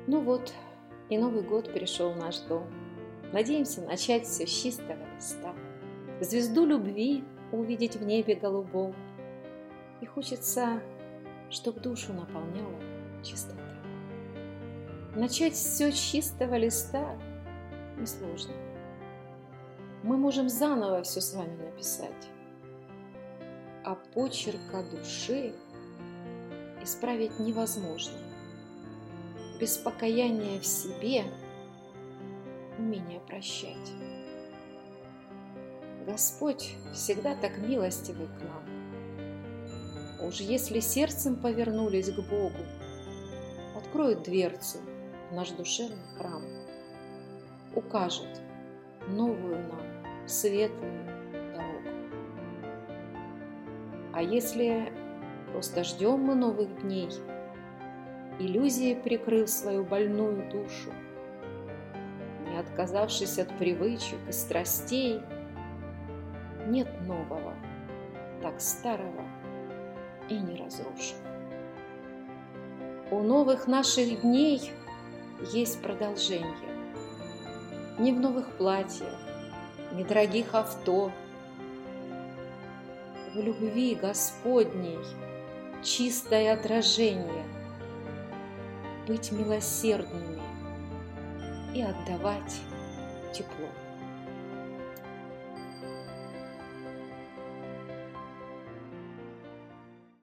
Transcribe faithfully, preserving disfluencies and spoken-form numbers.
Ну вот, и Новый год пришел в наш дом. Надеемся начать все с чистого листа. Звезду любви увидеть в небе голубом. И хочется, чтоб душу наполняла чистота. Начать все с чистого листа несложно. Мы можем заново все с вами написать. А почерка души исправить невозможно. Без покаяния в себе, умения прощать. Господь всегда так милостивый к нам. Уж если сердцем повернулись к Богу, откроет дверцу в наш душевный храм, укажет новую нам светлую дорогу. А если просто ждем мы новых дней, иллюзией прикрыв свою больную душу, не отказавшись от привычек и страстей, нет нового, так старого и не разрушим. У новых наших дней есть продолжение. Не в новых платьях, не дорогих авто, в любви Господней чистое отражение. Быть милосердными и отдавать тепло.